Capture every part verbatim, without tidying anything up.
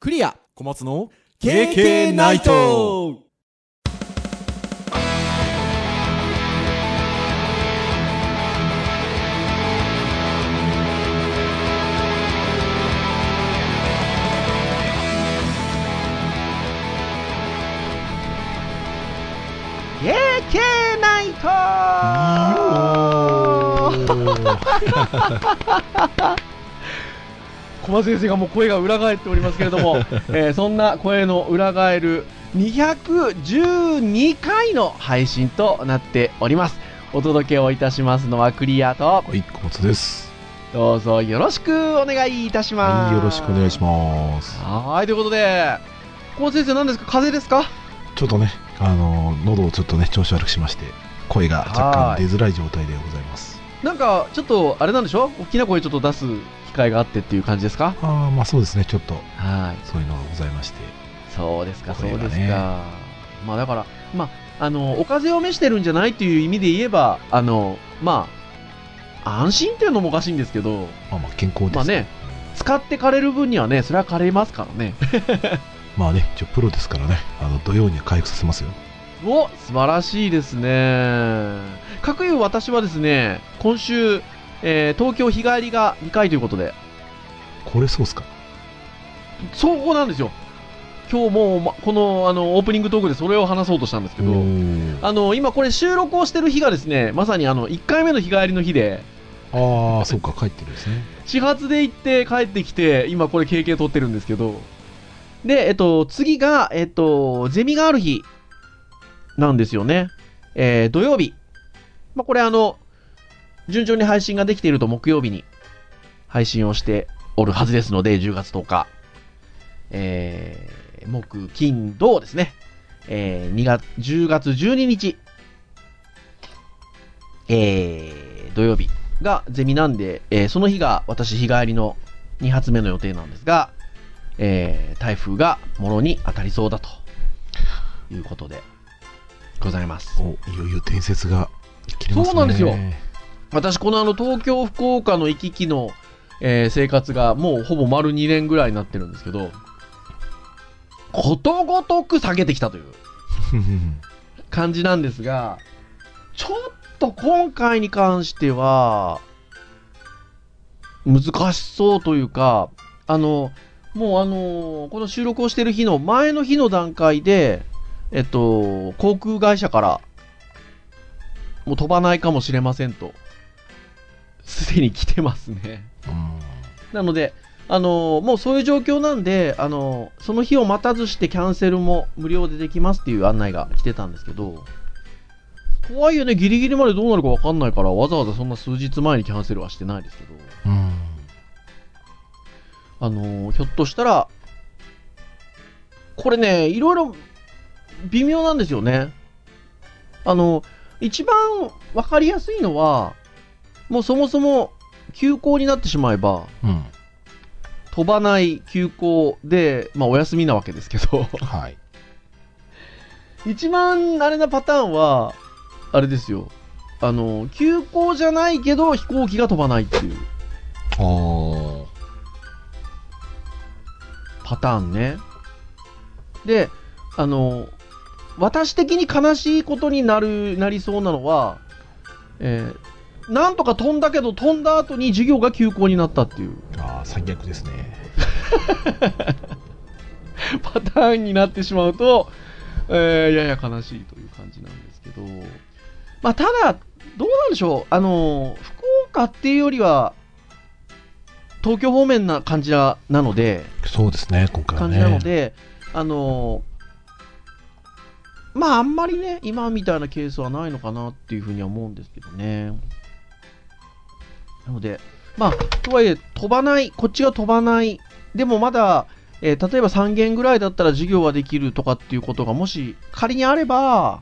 クリア小松のケーケー ナイト。 ケーケー ナイト小松先生がもう声が裏返っておりますけれども、えー、そんな声の裏返るにひゃくじゅうにかいの配信となっております。お届けをいたしますのはクリアと、 はい、小松です。 どうぞよろしくお願いいたします。 はい、よろしくお願いします。 はい、ということで小松先生何ですか、風邪ですか？ ちょっとね、あのー、喉をちょっとね調子悪くしまして声が若干出づらい状態でございます。 なんかちょっとあれなんでしょ、大きな声ちょっと出す機会があってっていう感じですか？ ああ、まあそうですね、ちょっとはい、 そういうのがございまして。 そうですか、そうね、 ですか。まあだからまああのお風邪を召してるんじゃないっていう意味で言えば、あのまあ安心っていうのもおかしいんですけど、 まあまあ健康です。 まあね、使って枯れる分にはね、それは枯れますからね。 まあね、一応プロですからね、あの土曜には回復させますよ。 お、素晴らしいですね。かくいう私はですね、今週、えー、東京日帰りがにかいということで。 これそうっすか？ そうなんですよ。今日もう、ま、このあのオープニングトークでそれを話そうとしたんですけど、あの今これ収録をしてる日がですね、まさにあのいっかいめの日帰りの日で。 ああ、そうか、帰ってるんですね。 始発で行って帰ってきて、今これ経験取ってるんですけど、で、えっと、次が、えっと、ゼミがある日なんですよね。えー、土曜日。まあ、これあの、順調に配信ができていると木曜日に配信をしておるはずですので、じゅうがつとおか。えー、木、金、土ですね。えー、にがつ、じゅうがつじゅうににち。えー、土曜日がゼミなんで、えー、その日が私日帰りのにはつめの予定なんですが、えー、台風がもろに当たりそうだということでございます。 お、いよいよ伝説が切れますね。 そうなんですよ。私このあの東京福岡の行き来の、えー、生活がもうほぼ丸にねんぐらいになってるんですけど、ことごとく下げてきたという感じなんですが、ちょっと今回に関しては難しそうというか、あのもうあのー、この収録をしている日の前の日の段階で、えっと、航空会社からもう飛ばないかもしれませんとすでに来てますね。なので、あのー、もうそういう状況なんで、あのー、その日を待たずしてキャンセルも無料でできますっていう案内が来てたんですけど、とはいえね、ギリギリまでどうなるか分かんないから、わざわざそんな数日前にキャンセルはしてないですけど、 うんあのー、ひょっとしたらこれね、いろいろ微妙なんですよね。あの一番分かりやすいのは、もうそもそも休校になってしまえば、 うん、 飛ばない休校で、まあ、お休みなわけですけど、 はい、 一番あれなパターンはあれですよ、あの休校じゃないけど飛行機が飛ばないっていうあパターンね。で、あの私的に悲しいことになるなりそうなのは、えー、なんとか飛んだけど飛んだ後に授業が休校になったっていう、 あー、最悪ですね。 パターンになってしまうと、えー、やや悲しいという感じなんですけど、まあ、ただどうなんでしょう、あの福岡っていうよりは東京方面な感じなので、 そうですね、今回はね。 感じなので、あのまああんまりね、今みたいなケースはないのかなっていうふうには思うんですけどね。なので、まあとはいえ飛ばない、こっちが飛ばない、でもまだ、えー、例えばさんげんぐらいだったら授業ができるとかっていうことがもし仮にあれば、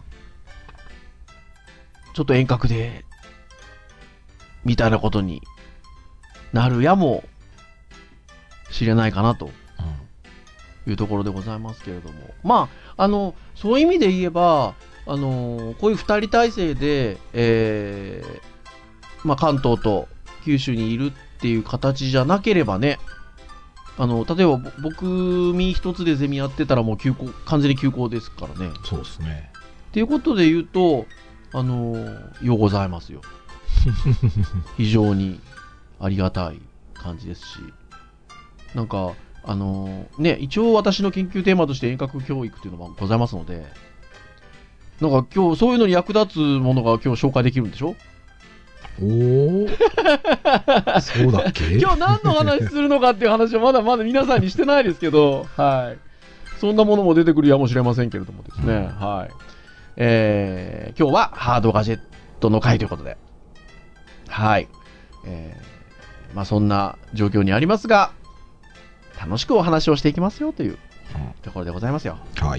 ちょっと遠隔でみたいなことになるやもしれないかなというところでございますけれども、まああのそういう意味で言えば、あのこういうふたり体制で、えーまあ、関東と九州にいるっていう形じゃなければね、 あの例えば僕身一つでゼミやってたらもう休校、完全に休校ですからね。 そうですね。 ということで言うと、あのようございますよ。非常にありがたい感じですし、なんかあのね、一応私の研究テーマとして遠隔教育というのもございますので、なんか今日そういうのに役立つものが今日紹介できるんでしょ。 おおそうだっけ。 今日何の話するのかっていう話はまだまだ皆さんにしてないですけど、はい、そんなものも出てくるやもしれませんけれどもですね、うん、はい、えー、今日はハードガジェットの回ということで、はい、えー、まあそんな状況にありますが、楽しくお話をしていきますよというところでございますよ。 はい。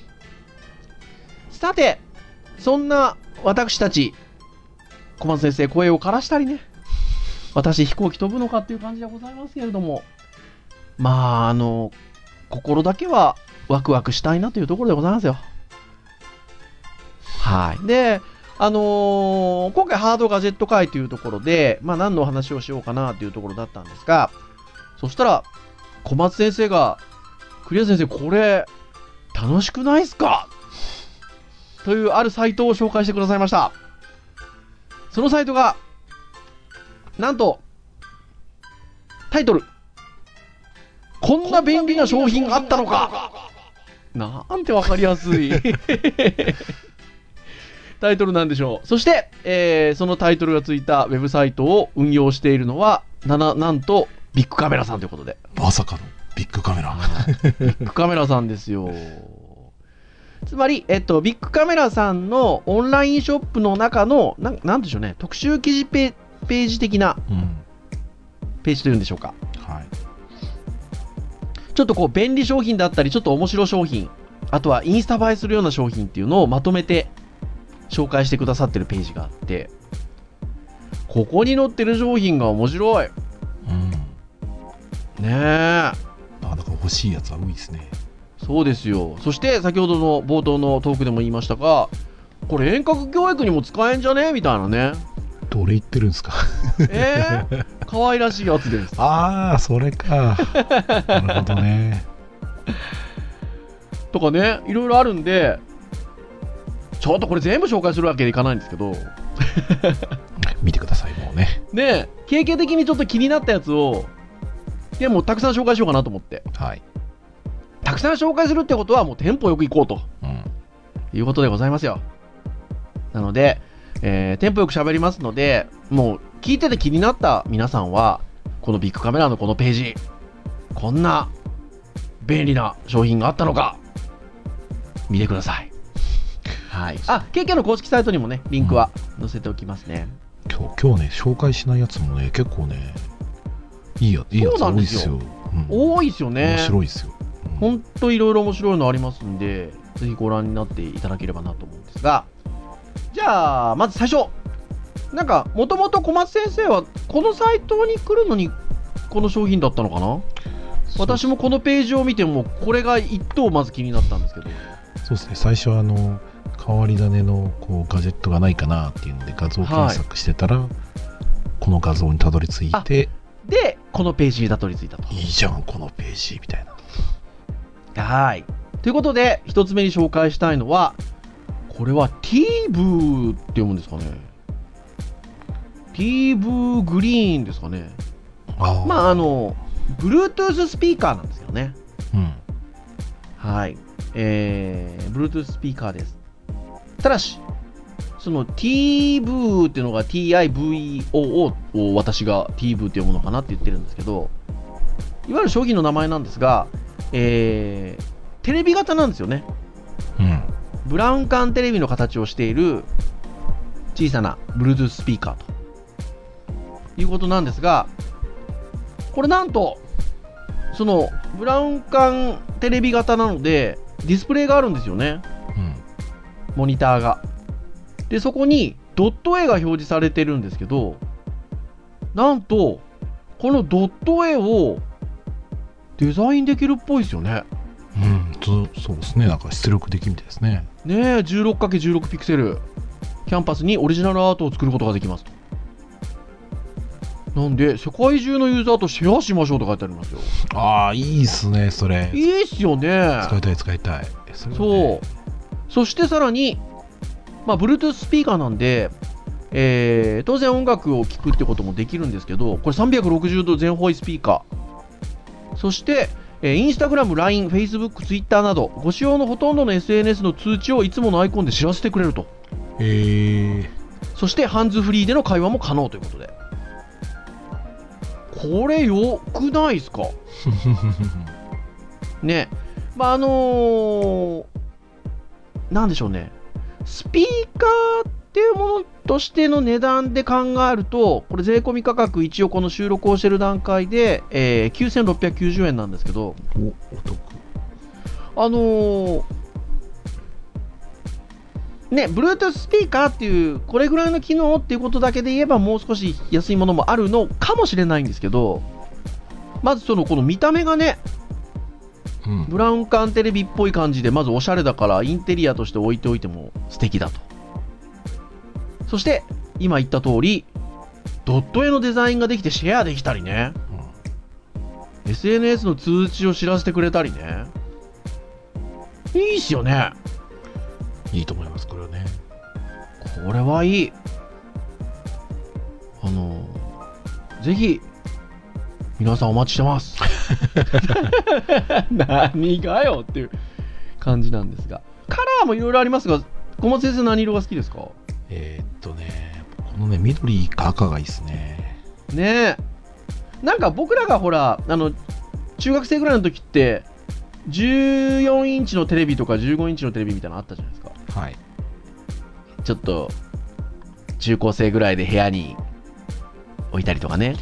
さて、そんな私たち小松先生、声を枯らしたりね、私飛行機飛ぶのかっていう感じでございますけれども、まああの心だけはワクワクしたいなというところでございますよ。はい。で、あのー、今回ハードガジェット会というところで、まあ何のお話をしようかなというところだったんですが、そしたら小松先生が、クリア先生これ楽しくないっすかというあるサイトを紹介してくださいました。そのサイトがなんとタイトル、こんな便利な商品あったのか、なんてわかりやすいタイトルなんでしょう。そして、えー、そのタイトルがついたウェブサイトを運用しているのはなななんとビッグカメラさんということで。 まさかのビッグカメラビッグカメラさんですよ。つまり、えっと、ビッグカメラさんのオンラインショップの中のな、なんでしょうね、特集記事ペ、ページ的なページというんでしょうか、 うん、はい、 ちょっとこう便利商品だったりちょっと面白商品、あとはインスタ映えするような商品っていうのをまとめて紹介してくださってるページがあって、ここに載ってる商品が面白い、うん、ねえ、 なかなか欲しいやつは多いですね。 そうですよ。そして先ほどの冒頭のトークでも言いましたが、これ遠隔教育にも使えんじゃねみたいなね。 どれ言ってるんですか。 えー、可愛らしいやつです。 ああ、それか。なるほどね。 とかね、いろいろあるんで、ちょっとこれ全部紹介するわけにいかないんですけど見てください、もうね。 で、経験的にちょっと気になったやつをでもたくさん紹介しようかなと思って、 はい、 たくさん紹介するってことはもうテンポよく行こうと、うん、いうことでございますよ。なので、えー、テンポよく喋りますので、もう聞いてて気になった皆さんはこのビッグカメラのこのページ、こんな便利な商品があったのか見てください。はい、あ、ケーケー の公式サイトにもねリンクは載せておきますね、 うん、今日、今日ね紹介しないやつもね結構ねいいや、いいやつ多いですよ。 うん、多いですよね。 面白いですよ。 ほんといろいろ面白いのありますんで、ぜひご覧になっていただければなと思うんですが、じゃあまず最初、なんかもともと小松先生はこのサイトに来るのにこの商品だったのかな。私もこのページを見てもこれが一等まず気になったんですけど。 そうですね、最初はあの変わり種のこうガジェットがないかなっていうんで画像検索してたら、はい、この画像にたどり着いて、 でこのページにたどり着いたと。 いいじゃんこのページみたいな。 はい、ということで一つ目に紹介したいのは、これは T ブーって読むんですかね。 T ブーグリーンですかね。あまああの Bluetooth スピーカーなんですよね。うん、はい、えー、Bluetooth スピーカーです。ただしその T ブーっていうのが ティーアイブイオー を私が T ブーって読むのかなって言ってるんですけど、いわゆる商品の名前なんですが、えー、テレビ型なんですよね。うん、ブラウン管テレビの形をしている小さな Bluetooth スピーカーということなんですが、これなんとそのブラウン管テレビ型なのでディスプレイがあるんですよね。うん、モニターが。でそこにドット絵が表示されてるんですけど、なんとこのドット絵をデザインできるっぽいですよね。 うん、そそうですね。なんか出力できるみたいですね。 ねえ、 じゅうろくかけるじゅうろく ピクセルキャンパスにオリジナルアートを作ることができますと。 なんで世界中のユーザーとシェアしましょうと書いてありますよ。 ああ、いいっすね、それ。 いいっすよね。 使いたい使いたい。それはね、 そうそしてさらに、まあ、Bluetooth スピーカーなんで、えー当然音楽を聴くってこともできるんですけど、これさんびゃくろくじゅうど全方位スピーカー、そして、えー、Instagram、ライン、Facebook、Twitter などご使用のほとんどの エスエヌエス の通知をいつものアイコンで知らせてくれると。 へえ。 そしてハンズフリーでの会話も可能ということで、これよくないですかね。まああのー、なんでしょうね、スピーカーっていうものとしての値段で考えると、これ税込み価格一応この収録をしている段階で、えー、きゅうせんろっぴゃくきゅうじゅうえんなんですけど、 お、お得。 あのー、ね、Bluetooth スピーカーっていうこれぐらいの機能っていうことだけで言えばもう少し安いものもあるのかもしれないんですけど、まずそのこの見た目がね、 うん、 ブラウン管テレビっぽい感じで、まずおしゃれだからインテリアとして置いておいても素敵だと。そして今言った通りドット絵のデザインができてシェアできたりね、うん、エスエヌエス の通知を知らせてくれたりね、いいっすよね。 いいと思います、これはね。 これはいい。あのぜひ皆さんお待ちしてます何がよっていう感じなんですが、カラーもいろいろありますが、小松先生何色が好きですか？ えー、っとね、このね、緑か赤がいいですね。 ねえ、なんか僕らがほら、あの中学生ぐらいの時ってじゅうよんインチのテレビとかじゅうごインチのテレビみたいなのあったじゃないですか。 はい。 ちょっと中高生ぐらいで部屋に置いたりとかね。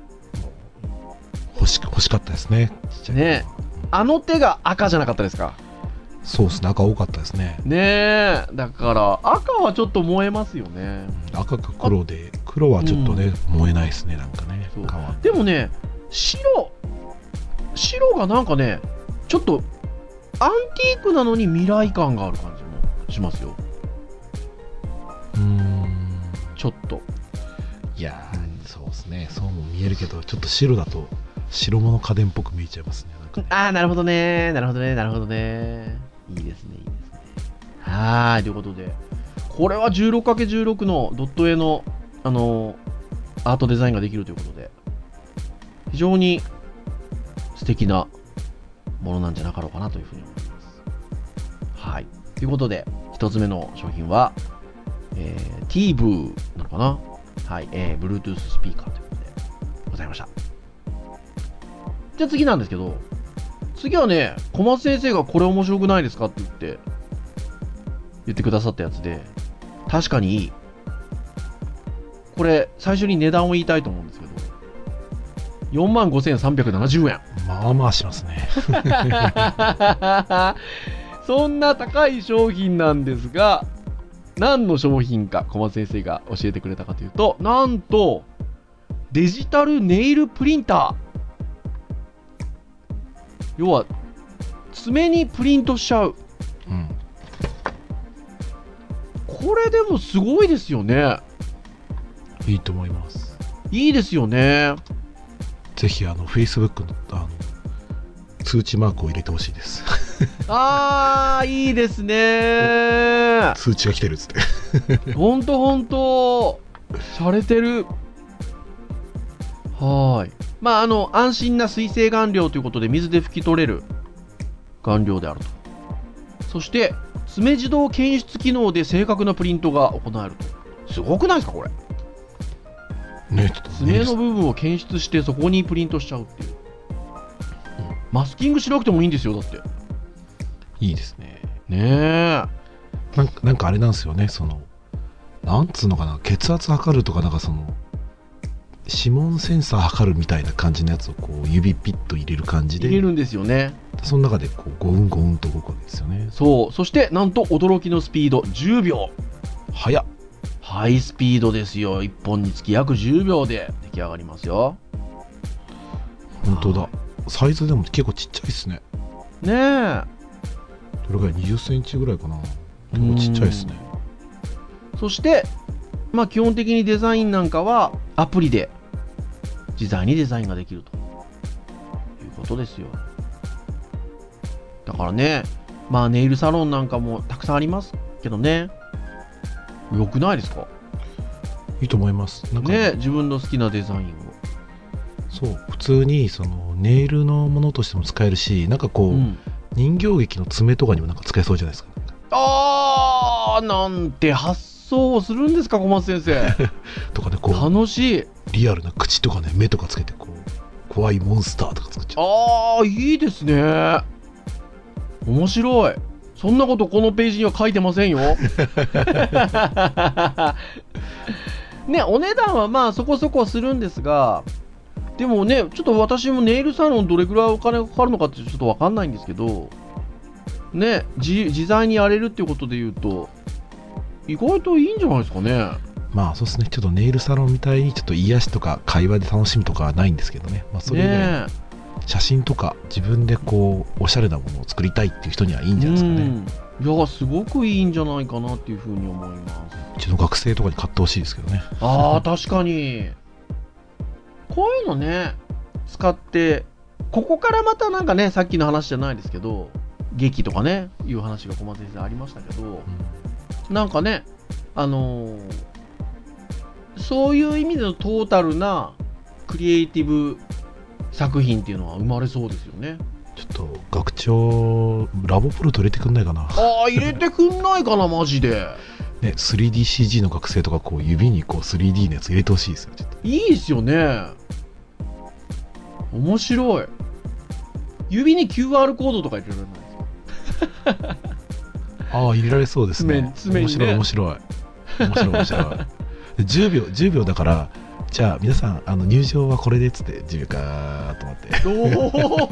欲し欲しかったですね。ちっちゃいね、あの手が赤じゃなかったですか？ そうですね、赤多かったですね。 ねえ、だから赤はちょっと燃えますよね。 うん、赤か黒で、黒はちょっとね、うん、燃えないですね、なんかね。 でもね、白白がなんかね、ちょっとアンティークなのに未来感がある感じもしますよ。 うーん、 ちょっと。 いやー、そうですね、そうも見えるけど、ちょっと白だと白物家電っぽく見えちゃいますね。なんかね、 ああ、なるほどね、なるほどね、なるほどね。いいですね、いいですね。はい、ということで、これは じゅうろくかけるじゅうろく のドット絵の、あのー、アートデザインができるということで、非常に素敵なものなんじゃなかろうかなというふうに思います。はい、ということで、一つ目の商品は、えー、ティーブー なのかな、はい、えー、Bluetooth スピーカーということでございました。じゃあ次なんですけど、次はね、小松先生がこれ面白くないですかって言って言ってくださったやつで、確かにいい。これ最初に値段を言いたいと思うんですけど、よんまんごせんさんびゃくななじゅうえん。 まあまあしますねそんな高い商品なんですが、何の商品か小松先生が教えてくれたかというと、なんとデジタルネイルプリンター。要は爪にプリントしちゃう、うん、これでもすごいですよね。 いいと思います。 いいですよね。 ぜひあの Facebook の, あの通知マークを入れてほしいですあー、いいですね。 通知が来てるっつってほんとほんとしゃれてる。はい、まああの安心な水性顔料ということで、水で拭き取れる顔料であると。そして爪自動検出機能で正確なプリントが行えると。すごくないですかこれね。ちょっと爪の部分を検出してそこにプリントしちゃうっていう、うん、マスキングしなくてもいいんですよ。だっていいですね。 ねえ、 なんか、なんかあれなんですよね、そのなんつうのかな、血圧測るとか、なんかその指紋センサー測るみたいな感じのやつをこう指ピッと入れる感じで入れるんですよね。 その中でこうゴウンゴウンと動くわけですよね。 そう、そしてなんと驚きのスピードじゅうびょう。 早っ。 ハイスピードですよ。いっぽんにつき約じゅうびょうで出来上がりますよ。 本当だ。サイズでも結構ちっちゃいですね。 ねえ、 どれぐらい、にじゅっセンチぐらいかな。結構ちっちゃいですね。 そしてまあ基本的にデザインなんかはアプリで自在にデザインができるということですよ。だからね、まあネイルサロンなんかもたくさんありますけどね、よくないですか？ いいと思います。なんかね、自分の好きなデザインを。 そう普通にそのネイルのものとしても使えるし、なんかこう、うん、人形劇の爪とかにもなんか使えそうじゃないですか。 あー、なんて発想をするんですか、小松先生。 とかね、こう楽しい。 リアルな口とかね、目とかつけてこう怖いモンスターとか作っちゃう。 あー、いいですね。面白い。そんなことこのページには書いてませんよ。ね、お値段はまあそこそこはするんですが、でもね、ちょっと私もネイルサロンどれぐらいお金がかかるのかってちょっと分かんないんですけど、ね、自, 自在にやれるっていうことで言うと意外といいんじゃないですかね。 まあそうですね、ちょっとネイルサロンみたいにちょっと癒しとか会話で楽しむとかはないんですけどね、まあ、それ以外に写真とか自分でこうおしゃれなものを作りたいっていう人にはいいんじゃないですかね。 うん、いやすごくいいんじゃないかなっていうふうに思います。 うちの学生とかに買ってほしいですけどね。 ああ確かにこういうのね使って、ここからまたなんかね、さっきの話じゃないですけど劇とかねいう話が小松先生ありましたけど、うん、なんかねあのー、そういう意味でのトータルなクリエイティブ作品っていうのは生まれそうですよね。 ちょっと学長ラボプロと入れてくんないかな。 ああ入れてくんないかなマジで。 ね、スリーディーシージー の学生とかこう指にこう スリーディー のやつ入れてほしいですよ。ちょっといいですよね。面白い。指に キューアール コードとか入れられないですか？ ああ入れられそうですね。 爪にね、 面白い面白い面白い面白い。じゅうびょうじゅうびょうだから、じゃあ皆さんあの入場はこれでっつってじゅうびょうかーと思って。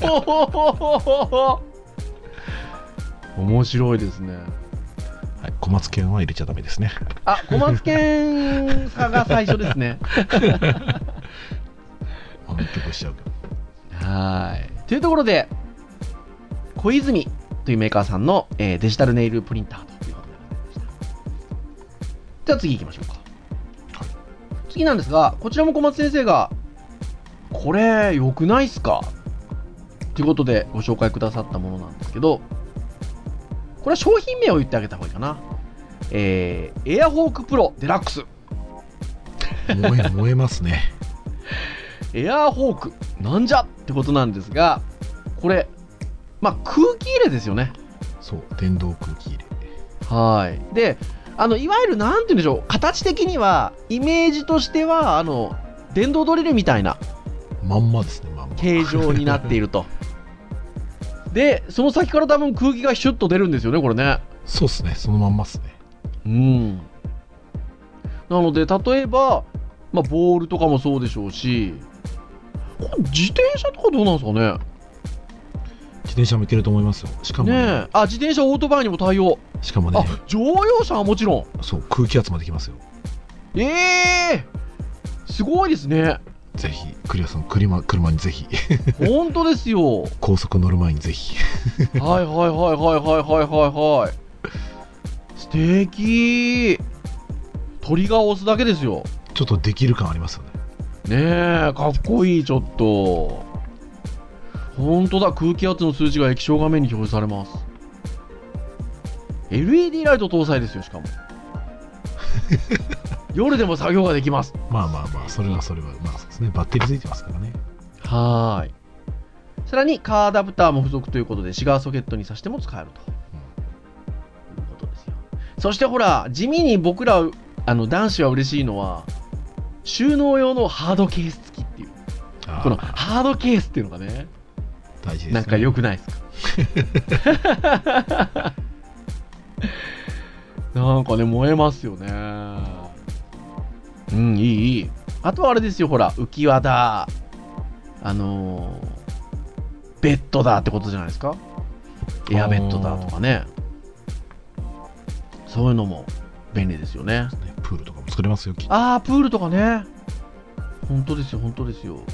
おお面白いですね。 はい、小松犬は入れちゃダメですね。 あ、小松犬さが最初ですね。 あ結構しちゃうけど。 はい。というところで、小泉というメーカーさんの、えー、デジタルネイルプリンターということでございました。じゃあ次行きましょうか。はい、次なんですが、こちらも小松先生が、これ良くないっすかということでご紹介くださったものなんですけど、これは商品名を言ってあげた方がいいかな。えー、エアホークプロデラックス。 燃え、燃えますね。 エアーホークなんじゃってことなんですが、これまあ空気入れですよね。 そう電動空気入れ。 はいであのいわゆるなんて言うんでしょう、形的にはイメージとしてはあの電動ドリルみたいなまんまですね。まんま形状になっていると。でその先から多分空気がシュッと出るんですよねこれね。 そうですね、そのまんまですね。 うんなので例えば、まあ、ボールとかもそうでしょうし、自転車とかどうなんですかね。 自転車もいけると思いますよ。しかも ね, ねあ自転車オートバイにも対応。 しかもね、 あ乗用車はもちろんそう空気圧まできますよ。 ええー、すごいですね。 ぜひクリアさん 車, 車にぜひ本当ですよ。 高速乗る前にぜひはいはいはいはいはいはいはいはい素敵。トリガーを押すだけですよ。 ちょっとできる感ありますよね。 ねえかっこいい。ちょっと本当だ、空気圧の数値が液晶画面に表示されます。 エルイーディー ライト搭載ですよ。しかも夜でも作業ができます。 まあまあまあそれはそれはまあそうですね、バッテリーついてますからね。 はい。さらにカーアダプターも付属ということでシガーソケットに挿しても使えると、うん、いうことですよ。そしてほら地味に僕らあの男子は嬉しいのは収納用のハードケース付きっていう、このハードケースっていうのがね大事ですね。 なんか良くないですか。なんかね燃えますよね。うんいいいい。あとはあれですよ、ほら浮き輪だ、あのー、ベッドだってことじゃないですか。エアベッドだとかね、そういうのも便利ですよね。 プールとかも作れますよ。 ああプールとかね、本当ですよ本当ですよ。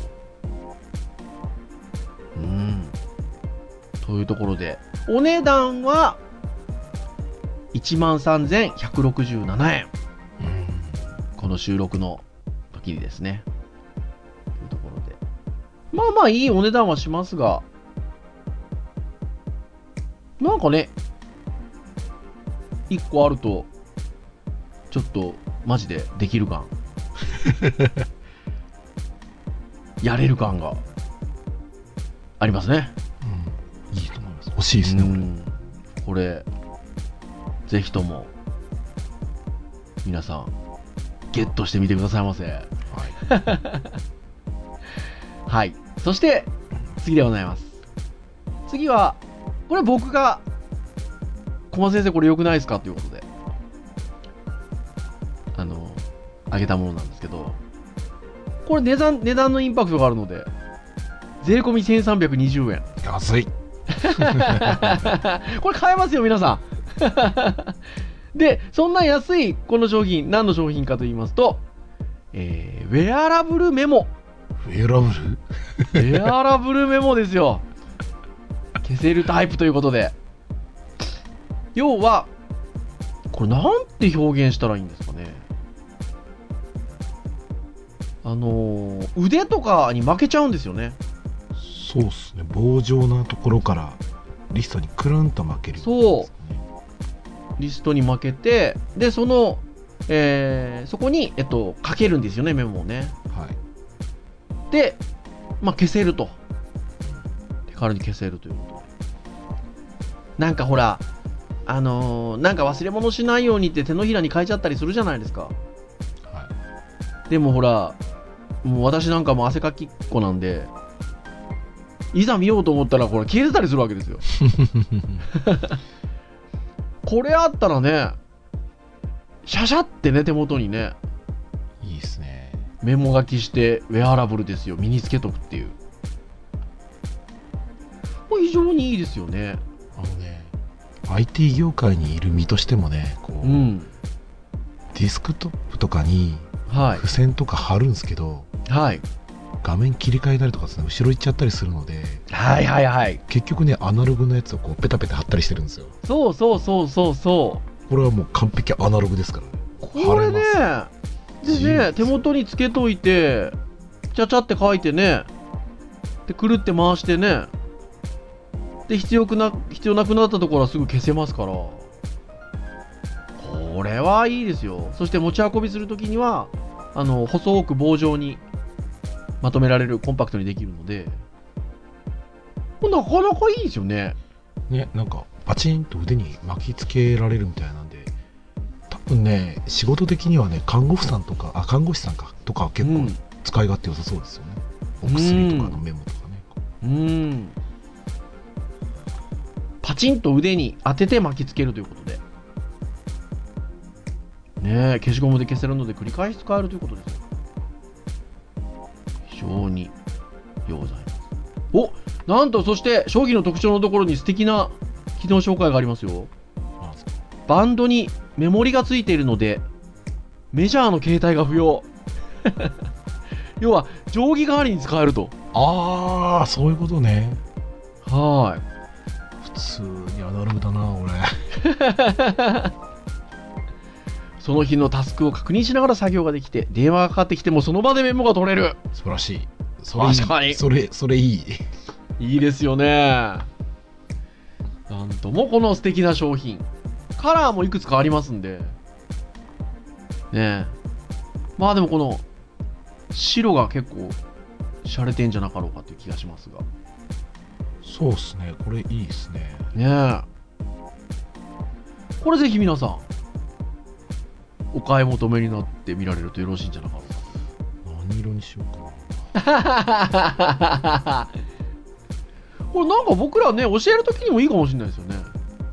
うんというところでお値段はいちまんさんぜんひゃくろくじゅうななえん、うんこの収録の時にですねというところでまあまあいいお値段はしますが、なんかね、いっこあると、ちょっとマジでできる感。やれる感がありますね。 うん、いいと思います。欲しいですね、 これ。これ、ぜひとも、皆さん、ゲットしてみてくださいませ。はい。はい。そして、次でございます。次は、これ僕が、駒先生これ良くないですかということで、あの、あげたものなんですけど、これ値段、値段のインパクトがあるので、税込みせんさんびゃくにじゅうえん。 安い。 これ買えますよ、皆さん。で、そんな安いこの商品、何の商品かと言いますと、えー、ウェアラブルメモ。 ウェアラブルウェアラブルメモですよ。消せるタイプということで。要は、これなんて表現したらいいんですかね。あのー、腕とかに負けちゃうんですよね。 そうっすね。棒状なところからリストにくるんと負ける、ね。 そう。リストに負けて、で、その、えー、そこに、えっと、書けるんですよね、メモをね。 はい。 で、まあ、消せると。手軽に消せるということで。なんかほら、あのー、なんか忘れ物しないようにって手のひらに書いちゃったりするじゃないですか。 はい。 でもほら、もう私なんかも汗かきっこなんで、いざ見ようと思ったらこれ消えてたりするわけですよ。これあったらね、シャシャってね、手元にね、 いいですね。 メモ書きしてウェアラブルですよ、身につけとくっていう。これ非常にいいですよね。 あのね、アイティー 業界にいる身としてもね、こう、 うん、 ディスクトップとかに付箋とか貼るんですけど、 はい、 画面切り替えたりとかですね、後ろ行っちゃったりするので、 はいはいはい。 結局ね、アナログのやつをこうペタペタ貼ったりしてるんですよ。 そうそうそうそうそう。 これはもう完璧アナログですからね。 これね、でね、手元につけといて、ちゃちゃって書いてね、で、くるって回してね、で、必要な、必要なくなったところはすぐ消せますから、これはいいですよ。そして持ち運びするときには、あの、細く棒状にまとめられる、コンパクトにできるので、なかなかいいですよね。 ね、なんか、パチンと腕に巻きつけられるみたいなんで、多分ね、仕事的にはね、看護婦さんとか、あ、看護師さんか、とかは結構使い勝手良さそうですよね。うん、お薬とかのメモとかね。 うん。パチンと腕に当てて巻きつけるということで。ねえ、消しゴムで消せるので繰り返し使えるということですよ。非常に良ございます。お、なんとそして商品の特徴のところに素敵な機能紹介がありますよ。バンドにメモリがついているのでメジャーの携帯が不要。要は定規代わりに使えると。 ああ、そういうことね。 はい。 普通にアナログだな俺。 その日のタスクを確認しながら作業ができて、電話がかかってきてもその場でメモが取れる。 素晴らしい。それいい。 確かに。 それ、それいい。 いいですよね。なんともこの素敵な商品。カラーもいくつかありますんで。ねえ。まあでもこの白が結構洒落てんじゃなかろうかという気がしますが。 そうっすね。これいいっすね。 ねえ。これぜひ皆さんお買い求めになってみられるとよろしいんじゃなかろうか。 何色にしようかな。これなんか僕らね教えるときにもいいかもしれないですよね。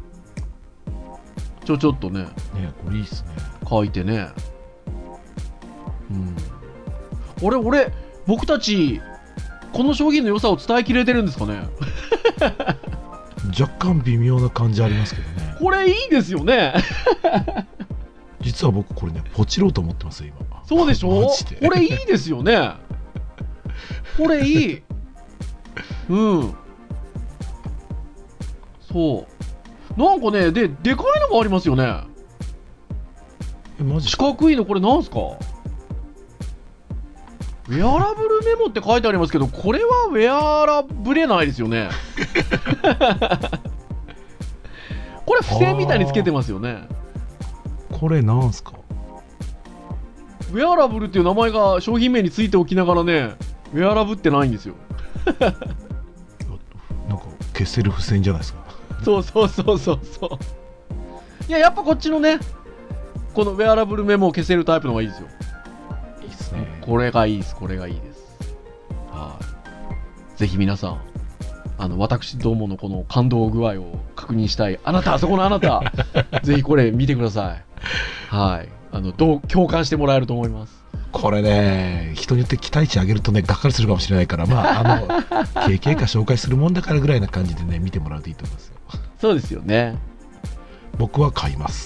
ちょちょっとね。 ね、これいいっすね。 書いてね。うん。俺俺僕たちこの商品の良さを伝えきれてるんですかね。 若干微妙な感じありますけどね。 これいいですよね。 実は僕これねポチろうと思ってますよ今。 そうでしょ。これいいですよね。これいい。うん。そう。なんかね、ででかいのもありますよね。 え、マジ？ 四角いのこれなんすか？ ウェアラブルメモって書いてありますけど、これはウェアラブレないですよね。これ付箋みたいにつけてますよね。 これなんすか？ ウェアラブルっていう名前が商品名についておきながらね、ウェアラブってないんですよ。 なんか消せる付箋じゃないですか。 そうそうそうそうそう。いや、やっぱこっちのね、このウェアラブルメモを消せるタイプの方がいいですよ。 いいですね。 これがいいです、これがいいです。はい。ぜひ皆さん、あの私どものこの感動具合を確認したいあなた、そこのあなた、ぜひこれ見てください。はい。あのどう共感してもらえると思います。 これね、人によって期待値上げるとね、がっかりするかもしれないから、まあ、あの、経験か紹介するもんだからぐらいな感じでね、見てもらうといいと思いますよ。 そうですよね。 僕は買います。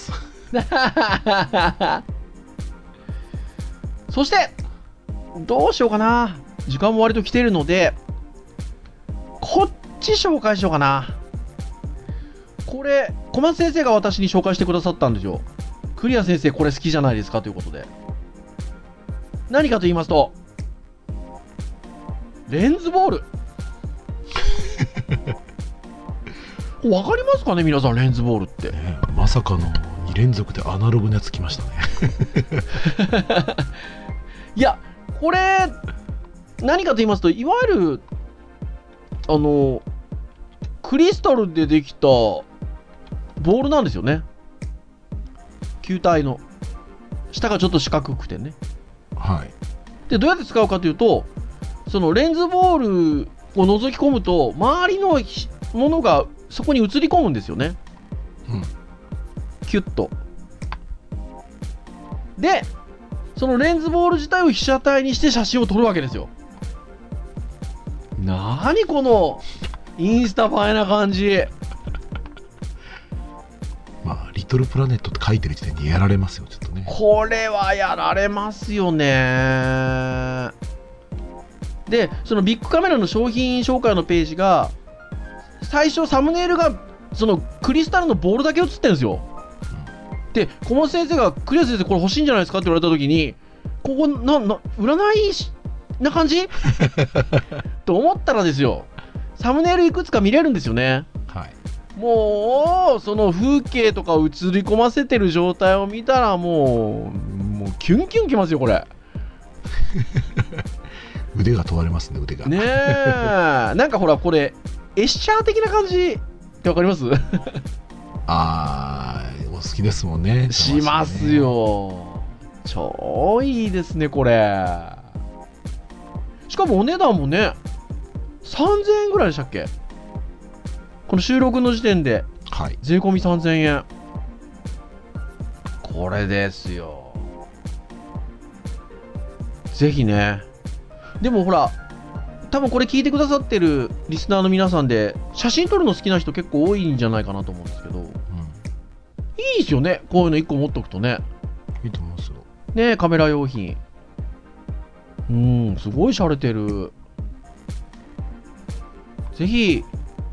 そして、どうしようかな。時間も割と来てるので、こっち紹介しようかな。これ、小松先生が私に紹介してくださったんですよ。クリア先生、これ好きじゃないですかということで。何かと言いますと、レンズボール。わかりますかね、皆さん、レンズボールって。 ね、まさかのに連続でアナログのやつ来ましたね。 いや、これ、何かと言いますと、いわゆる、あの、クリスタルでできたボールなんですよね。球体の。下がちょっと四角くてね。 はい。 で、どうやって使うかというと、そのレンズボールを覗き込むと、周りのものがそこに映り込むんですよね。 うん。 キュッと。で、そのレンズボール自体を被写体にして写真を撮るわけですよ。なにこのインスタ映えな感じ。 まあ、リトルプラネットって書いてる時点でやられますよ、ちょっとね。 これはやられますよね。で、そのビッグカメラの商品紹介のページが、最初サムネイルがそのクリスタルのボールだけ映ってるんですよ。で、小松先生がクリア先生これ欲しいんじゃないですかって言われた時に、ここなな占いしな感じと思ったらですよ、サムネイルいくつか見れるんですよね。 はい。 もうその風景とかを映り込ませてる状態を見たらもうもうキュンキュンきますよこれ。 腕が問われますね、腕が。 ねえ。なんかほらこれエッシャー的な感じってわかります？ あー、お好きですもんね。 しますよ。超いいですねこれ。しかもお値段もねさんぜんえんぐらいでしたっけ？この収録の時点で税込みさんぜんえん、はい、これですよ。ぜひね。でもほら多分これ聞いてくださってるリスナーの皆さんで写真撮るの好きな人結構多いんじゃないかなと思うんですけど、うん、いいですよねこういうのいっこ持っとくとね。 いいと思いますよね。カメラ用品、うんすごい洒落てる。ぜひ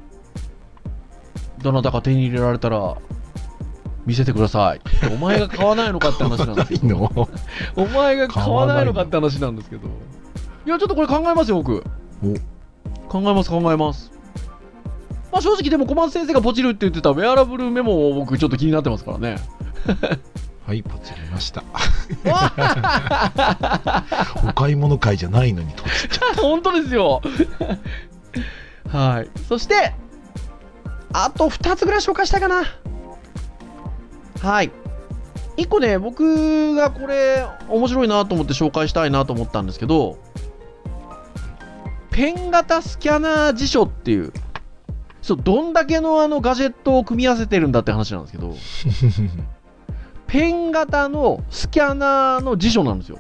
どなたか手に入れられたら見せてください。お前が買わないのかって話なんですけどお前が買わないのかって話なんですけど、いやちょっとこれ考えますよ僕。考えます考えます。まあ正直でも小松先生がポチるって言ってたウェアラブルメモを僕ちょっと気になってますからね。 はいポチりました。お買い物会じゃないのにポチっちゃった。 本当ですよ。はい。そしてあとふたつぐらい紹介したいかな。はい。いっこね、僕がこれ面白いなと思って紹介したいなと思ったんですけど、ペン型スキャナー辞書っていう、そうどんだけのあのガジェットを組み合わせてるんだって話なんですけど、ペン型のスキャナーの辞書なんですよ。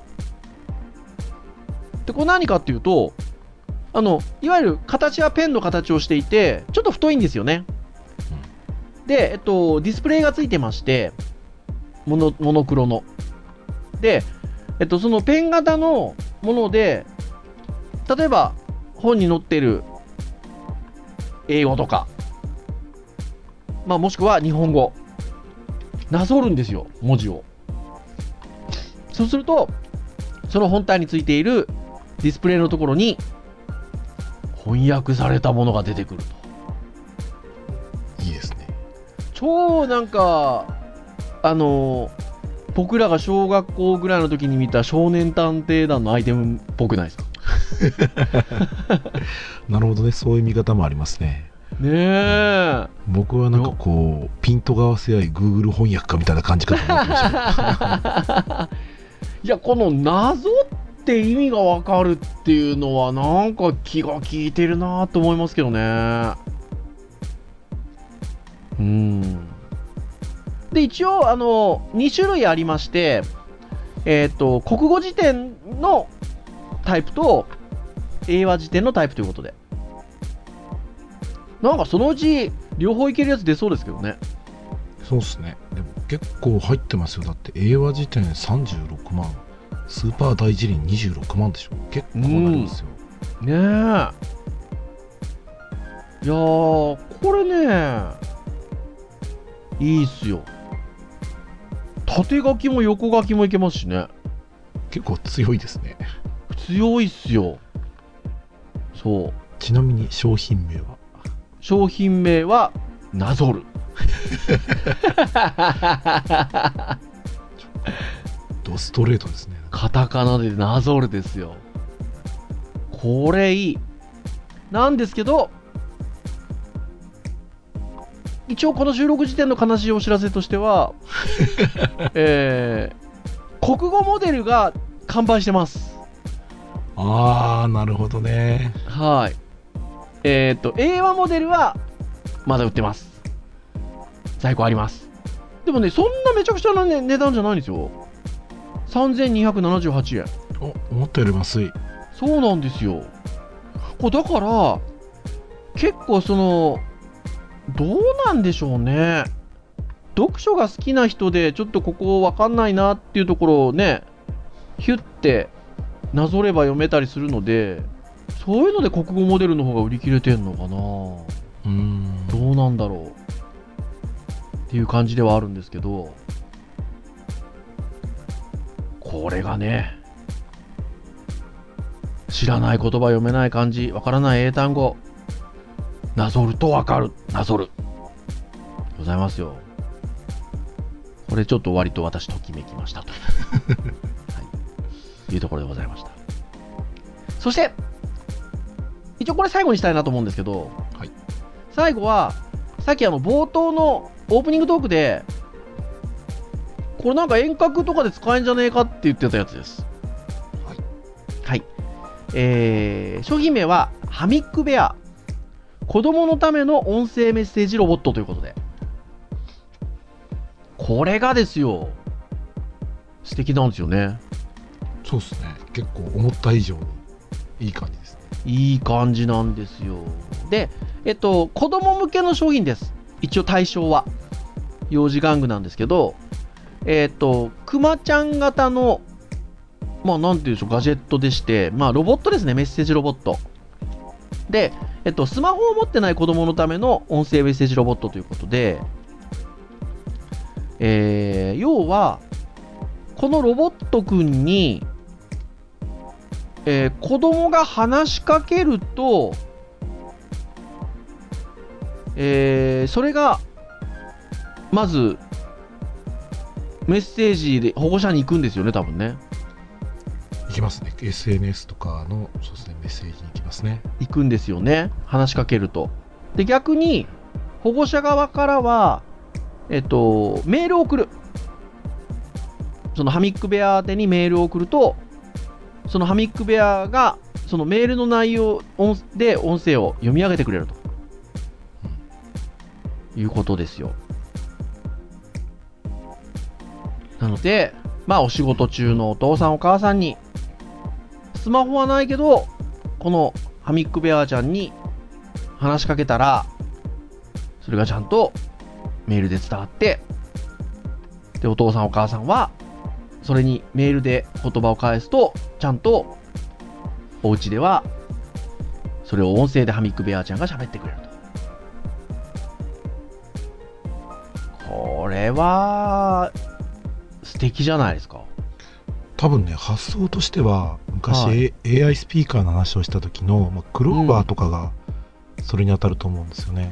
で、これ何かっていうと、あのいわゆる形はペンの形をしていて、ちょっと太いんですよね。で、えっと、ディスプレイがついてまして、モノ、モノクロの。で、えっと、そのペン型のもので、例えば、本に載ってる英語とか、まあ、もしくは日本語、なぞるんですよ、文字を。そうすると、その本体についているディスプレイのところに翻訳されたものが出てくると。 いいですね。 超なんかあの僕らが小学校ぐらいの時に見た少年探偵団のアイテムっぽくないですか？ なるほどね、そういう見方もありますね。 ねえ。 僕はなんかこうピントが合わせ合い Google 翻訳かみたいな感じかと思ってましたいや、この謎って意味がわかるっていうのはなんか気が利いてるなと思いますけどね。うん。で一応あのに種類ありまして、えっと国語辞典のタイプと英和辞典のタイプということで、なんかそのうち両方いけるやつ出そうですけどね。 そうっすね。でも結構入ってますよ。だって英和辞典さんじゅうろくまん、スーパー大辞林にじゅうろくまんでしょ。結構なりますよ、 うん、ねえ。いやーこれねいいっすよ。縦書きも横書きもいけますしね。 結構強いですね。 強いっすよ。そう。 ちなみに商品名は商品名はなぞる。 ドストレートですね。 カタカナでなぞるですよ。これいいなんですけど、一応この収録時点の悲しいお知らせとしては、えー、国語モデルが完売してます。 あー、なるほどね。 はい。えっと英和モデルはまだ売ってます。在庫あります。でもね、そんなめちゃくちゃな、ね、値段じゃないんですよ。さんぜんにひゃくななじゅうはちえん。 お、思ったより安い。 そうなんですよ。これだから結構そのどうなんでしょうね。読書が好きな人でちょっとここわかんないなっていうところをね、ヒュッてなぞれば読めたりするので、そういうので国語モデルの方が売り切れてんのかな。 うーん、 どうなんだろうっていう感じではあるんですけど、これがね、知らない言葉読めない漢字わからない英単語なぞるとわかるなぞるございますよ。これちょっと割と私ときめきましたと、はい、いうところでございました。そして一応これ最後にしたいなと思うんですけど、 はい、 最後はさっきあの冒頭のオープニングトークでこれなんか遠隔とかで使えんじゃねえかって言ってたやつです。 はい、 はい、えー、商品名はハミックベア、子供のための音声メッセージロボットということで、これがですよ、素敵なんですよね。 そうですね。結構思った以上にいい感じですね。 いい感じなんですよ。で、えっと子供向けの商品です。一応対象は幼児玩具なんですけど、えっとクマちゃん型の、まあなんていうんでしょう、ガジェットでして、まあロボットですね、メッセージロボットで、えっとスマホを持ってない子供のための音声メッセージロボットということで、えー、要はこのロボットくんに、えー、子供が話しかけると、えー、それがまずメッセージで保護者に行くんですよね、多分ね。 いきますね。エスエヌエス とかの、そうですね、メッセージに行きますね。 行くんですよね、話しかけると。で逆に保護者側からはえっとメールを送る、そのハミックベア宛てにメールを送ると、そのハミックベアがそのメールの内容で音声を読み上げてくれると、うん、いうことですよ。なのでまあお仕事中のお父さんお母さんにスマホはないけどこのハミックベアちゃんに話しかけたら、それがちゃんとメールで伝わって、でお父さんお母さんはそれにメールで言葉を返すと、ちゃんとお家ではそれを音声でハミックベアちゃんが喋ってくれると。これは素敵じゃないですか。 多分ね発想としては昔、 はいエーアイ スピーカーの話をした時の、まあ、クローバーとかがそれに当たると思うんですよね、 うん。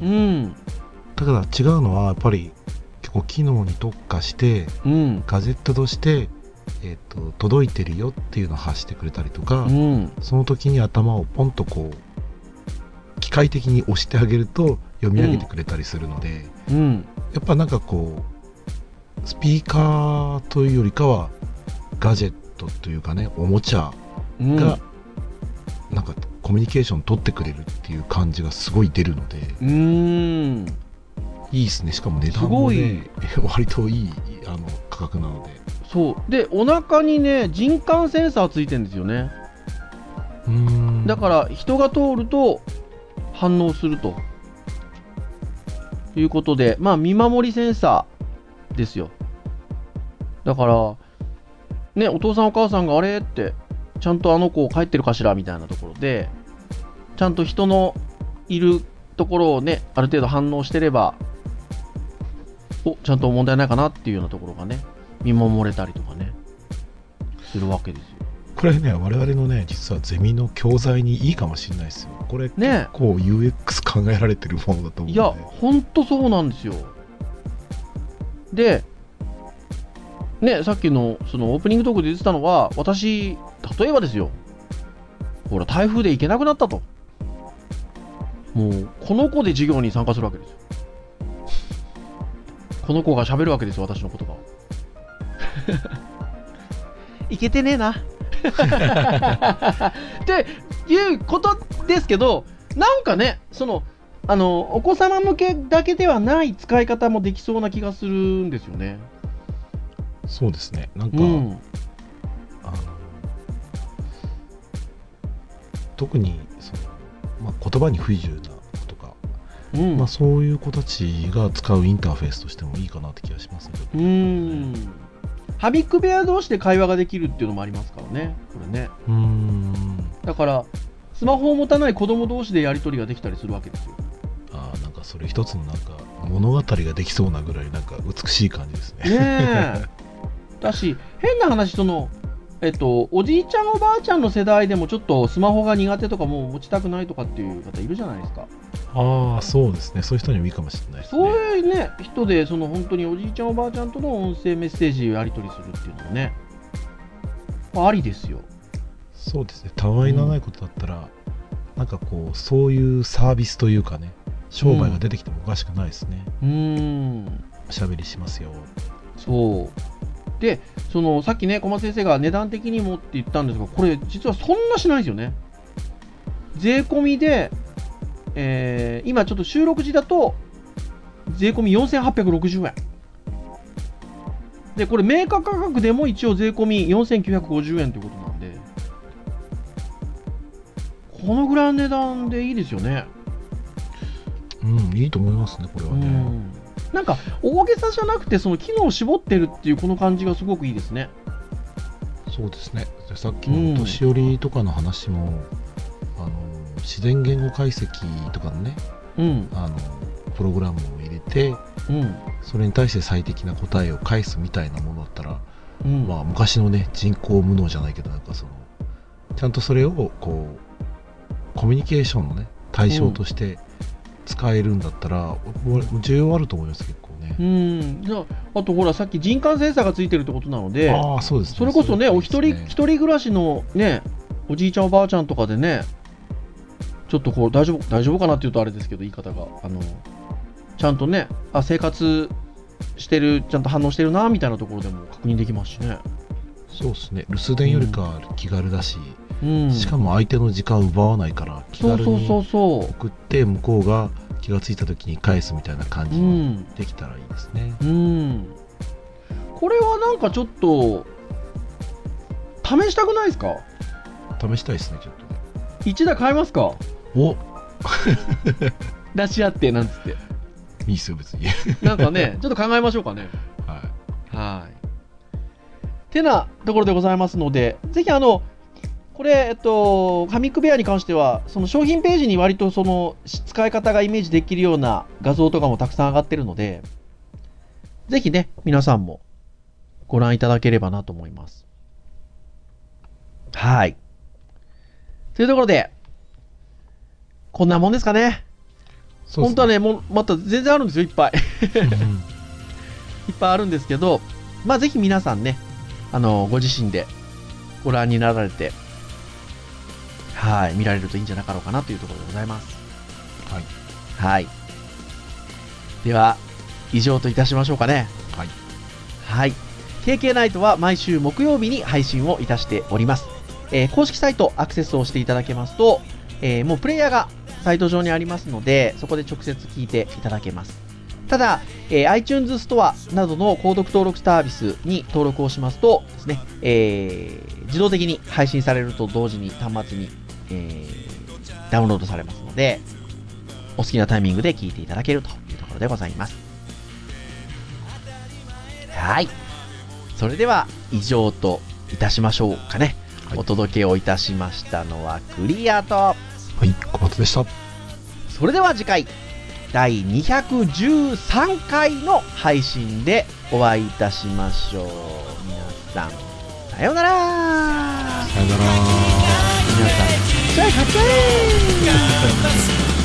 だから違うのはやっぱり結構機能に特化してうん。 ガジェットとして、えー、と届いてるよっていうのを発してくれたりとか、 うん。 その時に頭をポンとこう機械的に押してあげると読み上げてくれたりするので、 うん。 やっぱなんかこうスピーカーというよりかはガジェットというかねおもちゃうん。 がなんかコミュニケーション取ってくれるっていう感じがすごい出るのでうーん。 いいですね。しかも値段もね割といいあの価格なので。 そう。で、お腹にね、人感センサーついてるんですよね。 うーんだから、人が通ると反応するということで、まあ、見守りセンサーですよ。だから、ね、お父さんお母さんがあれって、ちゃんとあの子帰ってるかしらみたいなところで、ちゃんと人のいるところをね、ある程度反応してれば、お、ちゃんと問題ないかなっていうようなところがね、見守れたりとかね、するわけですよ。 これね我々のね実はゼミの教材にいいかもしれないですよ。これね結構 ユーエックス 考えられてるものだと思うので。 いや、ほんとそうなんですよ。で、ね、さっきのそのオープニングトークで言ってたのは、私、例えばですよ、ほら、台風で行けなくなったと。もう、この子で授業に参加するわけですよ。この子が喋るわけですよ、私の言葉を。いけてねえな。っていうことですけど、なんかね、その、あの、お子様向けだけではない使い方もできそうな気がするんですよね。 そうですね。なんか、 うん。 あの特にその、まあ、言葉に不自由な子とか、 うん。 まあ、そういう子たちが使うインターフェースとしてもいいかなって気がしますね。 うーん。はびっく部屋同士で会話ができるっていうのもありますからね、これね。 うーんだから、スマホを持たない子供同士でやり取りができたりするわけですよ。 あーなんかそれ一つのなんか物語ができそうなぐらいなんか美しい感じですね。 ねえ。だし、変な話、その、えっと、おじいちゃんおばあちゃんの世代でもちょっとスマホが苦手とかもう持ちたくないとかっていう方いるじゃないですか。 ああそうですね。そういう人にもいいかもしれないですね。 そういうね、人で、その本当におじいちゃんおばあちゃんとの音声メッセージをやり取りするっていうのもね、ありですよ。 そうですね。たわいのないことだったら、なんかこうそういうサービスというかね商売が出てきてもおかしくないですね。 うーん。 おしゃべりしますよ。 そう。で、そのさっきね、小松先生が値段的にもって言ったんですが、これ実はそんなしないんですよね。税込みで、えー今ちょっと収録時だと、税込みよんせんはっぴゃくろくじゅうえん。で、これメーカー価格でも一応税込みよんせんきゅうひゃくごじゅうえんということなんで、このぐらいの値段でいいですよね。 うんいいと思いますねこれはね。 うんなんか大げさじゃなくて、その機能を絞ってるっていうこの感じがすごくいいですね。 そうですね。でさっきのお年寄りとかの話も、あの自然言語解析とかのねうん。 あのプログラムを入れてうん。 それに対して最適な答えを返すみたいなものだったら、 うん。 まあ昔のね人工無能じゃないけどなんかそのちゃんとそれをこうコミュニケーションのね対象として使えるんだったら、うん、需要あると思います結構ね。 うん。じゃあ、あとほら、さっき人感センサーがついてるってことなので、 ああそうですね。 それこそね、 れお一人、一人暮らしのね、おじいちゃんおばあちゃんとかでね、ちょっとこう、大丈夫、大丈夫かなって言うとあれですけど、言い方が、あの、ちゃんとね、あ、生活してる、ちゃんと反応してるな、みたいなところでも確認できますしね。 そうですね。留守電よりかは気軽だし、 うん。 しかも相手の時間を奪わないから気軽にそうそうそうそ送って向こうが気がついた時に返すみたいな感う。うじにん。 できたらいいですね。 うん。これはなんかちょっと、試したくないですか？ 試したいですねちょっとね。 一台買えますか？ お出し合ってなんつって。 いいっすよ別に。 なんかね、ちょっと考えましょうかね。 はい。 はい。てなところでございますので、ぜひあの、これ、えっと、カミックベアに関しては、その商品ページに割とその使い方がイメージできるような画像とかもたくさん上がってるので、ぜひね、皆さんもご覧いただければなと思います。 はい。というところで、こんなもんですかね。 そうですね本当はね、もうまた全然あるんですよ、いっぱい。 うんうんいっぱいあるんですけど、まあぜひ皆さんね、あの、ご自身でご覧になられて、はい、見られるといいんじゃなかろうかなというところでございます。 はい。 はい。では、以上といたしましょうかね。 はい。 はい。ケーケー ナイトは毎週木曜日に配信をいたしております。えー公式サイトアクセスをしていただけますと、えーもうプレイヤーがサイト上にありますので、そこで直接聞いていただけます。ただ、えー iTunes ストアなどの購読登録サービスに登録をしますとですね、えー自動的に配信されると同時に端末に、えーダウンロードされますので、お好きなタイミングで聞いていただけるというところでございます。はい。それでは以上といたしましょうかね。 はい、 お届けをいたしましたのはクリアと、 はい、小松でした。 それでは次回だいにひゃくじゅうさんかいの配信でお会いいたしましょう。皆さんさようなら。 さよなら。 皆さん、じゃあ、かっこいい